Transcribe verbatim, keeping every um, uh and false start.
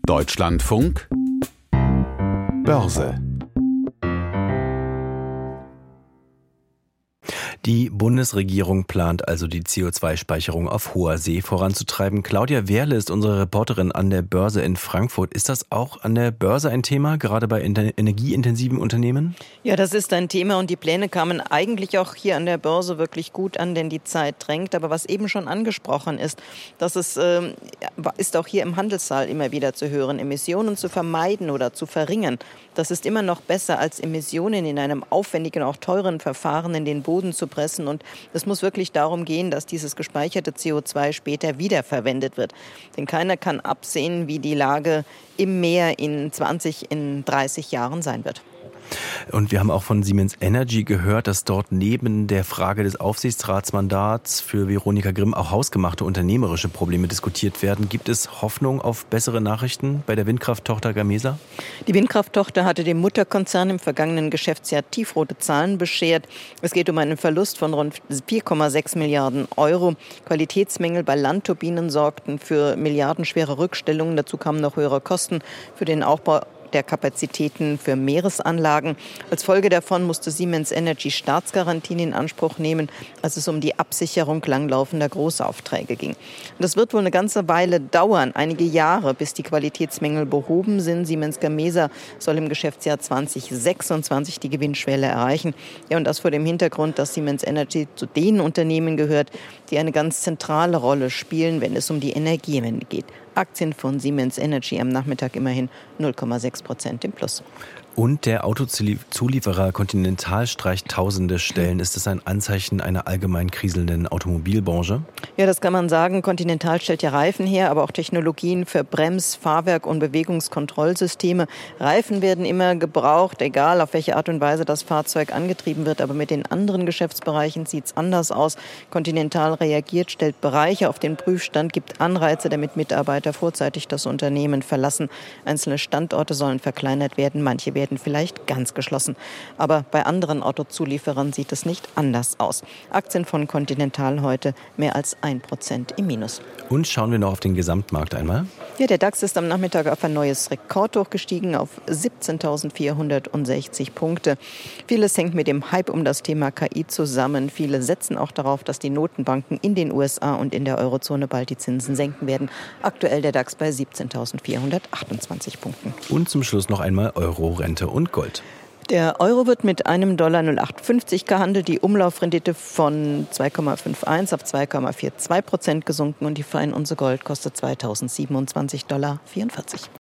Deutschlandfunk Börse. Die Bundesregierung plant also, die C O zwei Speicherung auf hoher See voranzutreiben. Claudia Wehrle ist unsere Reporterin an der Börse in Frankfurt. Ist das auch an der Börse ein Thema, gerade bei energieintensiven Unternehmen? Ja, das ist ein Thema und die Pläne kamen eigentlich auch hier an der Börse wirklich gut an, denn die Zeit drängt. Aber was eben schon angesprochen ist, das ist, äh, ist auch hier im Handelssaal immer wieder zu hören, Emissionen zu vermeiden oder zu verringern. Das ist immer noch besser, als Emissionen in einem aufwendigen, auch teuren Verfahren in den Boden zu pressen. Und es muss wirklich darum gehen, dass dieses gespeicherte C O zwei später wiederverwendet wird. Denn keiner kann absehen, wie die Lage im Meer in zwanzig, in dreißig Jahren sein wird. Und wir haben auch von Siemens Energy gehört, dass dort neben der Frage des Aufsichtsratsmandats für Veronika Grimm auch hausgemachte unternehmerische Probleme diskutiert werden. Gibt es Hoffnung auf bessere Nachrichten bei der Windkrafttochter Gamesa? Die Windkrafttochter hatte dem Mutterkonzern im vergangenen Geschäftsjahr tiefrote Zahlen beschert. Es geht um einen Verlust von rund vier Komma sechs Milliarden Euro. Qualitätsmängel bei Landturbinen sorgten für milliardenschwere Rückstellungen. Dazu kamen noch höhere Kosten für den Aufbau der Kapazitäten für Meeresanlagen. Als Folge davon musste Siemens Energy Staatsgarantien in Anspruch nehmen, als es um die Absicherung langlaufender Großaufträge ging. Das wird wohl eine ganze Weile dauern, einige Jahre, bis die Qualitätsmängel behoben sind. Siemens Gamesa soll im Geschäftsjahr zwanzig sechsundzwanzig die Gewinnschwelle erreichen. Ja, und das vor dem Hintergrund, dass Siemens Energy zu den Unternehmen gehört, die eine ganz zentrale Rolle spielen, wenn es um die Energiewende geht. Aktien von Siemens Energy am Nachmittag immerhin null Komma sechs Prozent im Plus. Und der Autozulieferer Continental streicht tausende Stellen. Ist das ein Anzeichen einer allgemein kriselnden Automobilbranche? Ja, das kann man sagen. Continental stellt ja Reifen her, aber auch Technologien für Brems-, Fahrwerk- und Bewegungskontrollsysteme. Reifen werden immer gebraucht, egal auf welche Art und Weise das Fahrzeug angetrieben wird. Aber mit den anderen Geschäftsbereichen sieht es anders aus. Continental reagiert, stellt Bereiche auf den Prüfstand, gibt Anreize, damit Mitarbeiter vorzeitig das Unternehmen verlassen. Einzelne Standorte sollen verkleinert werden, manche werden vielleicht ganz geschlossen. Aber bei anderen Autozulieferern sieht es nicht anders aus. Aktien von Continental heute mehr als ein Prozent im Minus. Und schauen wir noch auf den Gesamtmarkt einmal. Ja, der DAX ist am Nachmittag auf ein neues Rekordhoch gestiegen, auf siebzehntausendvierhundertsechzig Punkte. Vieles hängt mit dem Hype um das Thema K I zusammen. Viele setzen auch darauf, dass die Notenbanken in den U S A und in der Eurozone bald die Zinsen senken werden. Aktuell der DAX bei siebzehntausendvierhundertachtundzwanzig Punkten. Und zum Schluss noch einmal Euro, Rente und Gold. Der Euro wird mit einem Dollar null Komma achtundfünfzig gehandelt, die Umlaufrendite von zwei Komma einundfünfzig auf zwei Komma zweiundvierzig Prozent gesunken und die Feinunze Gold kostet zweitausendsiebenundzwanzig Dollar vierundvierzig.